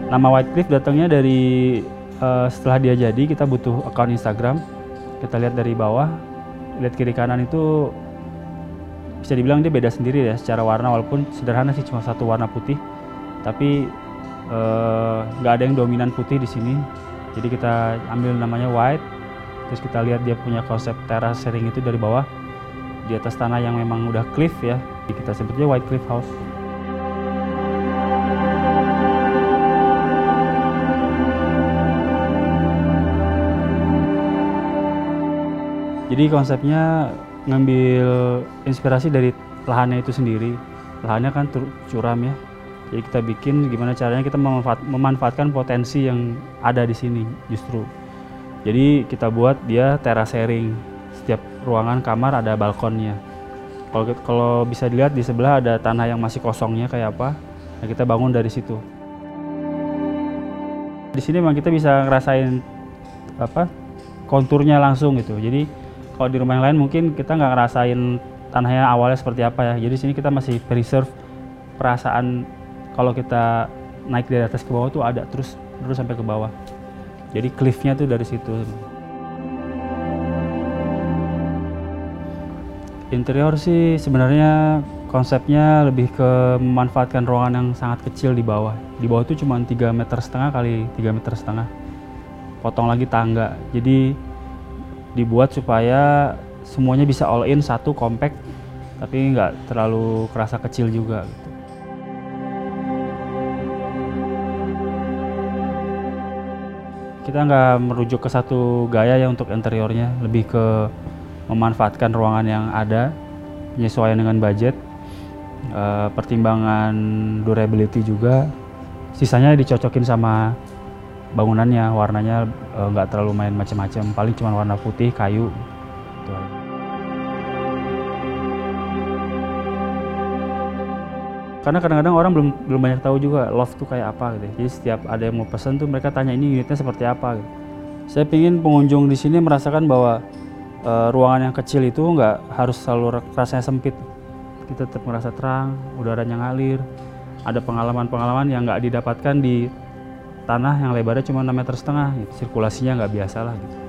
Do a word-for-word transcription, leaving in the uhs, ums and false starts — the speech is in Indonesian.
Nama White Cliff datangnya dari uh, setelah dia jadi kita butuh account Instagram. Kita lihat dari bawah, lihat kiri kanan itu bisa dibilang dia beda sendiri ya secara warna, walaupun sederhana sih cuma satu warna putih, tapi nggak uh, ada yang dominan putih di sini. Jadi kita ambil namanya white, terus kita lihat dia punya konsep terracing itu dari bawah di atas tanah yang memang udah cliff ya. Kita sebutnya White Cliff House. Jadi konsepnya ngambil inspirasi dari lahannya itu sendiri. Lahannya kan curam ya. Jadi kita bikin gimana caranya kita memanfaat, memanfaatkan potensi yang ada di sini justru. Jadi kita buat dia terracing. Setiap ruangan kamar ada balkonnya. Kalau kalau bisa dilihat di sebelah ada tanah yang masih kosongnya kayak apa. Nah, kita bangun dari situ. Di sini memang kita bisa ngerasain apa konturnya langsung gitu. Jadi kalau di rumah yang lain mungkin kita nggak ngerasain tanahnya awalnya seperti apa ya. Jadi di sini kita masih preserve perasaan kalau kita naik dari atas ke bawah tuh ada terus terus sampai ke bawah. Jadi cliffnya tuh dari situ. Interior sih sebenarnya konsepnya lebih ke memanfaatkan ruangan yang sangat kecil di bawah. Di bawah itu cuma tiga meter setengah kali tiga meter setengah. Potong lagi tangga. Jadi dibuat supaya semuanya bisa all in satu compact, tapi nggak terlalu kerasa kecil juga gitu. Kita nggak merujuk ke satu gaya ya untuk interiornya, lebih ke memanfaatkan ruangan yang ada, penyesuaian dengan budget, e, pertimbangan durability juga, sisanya dicocokin sama bangunannya, warnanya nggak e, terlalu main macam-macam, paling cuma warna putih, kayu. Gitu. Karena kadang-kadang orang belum belum banyak tahu juga loft tuh kayak apa gitu. Jadi setiap ada yang mau pesen tuh mereka tanya ini unitnya seperti apa gitu. Saya ingin pengunjung di sini merasakan bahwa e, ruangan yang kecil itu nggak harus selalu rasanya sempit. Kita tetap merasa terang, udaranya ngalir, ada pengalaman-pengalaman yang nggak didapatkan di tanah yang lebarnya cuma enam meter setengah, gitu. Sirkulasinya nggak biasa lah gitu.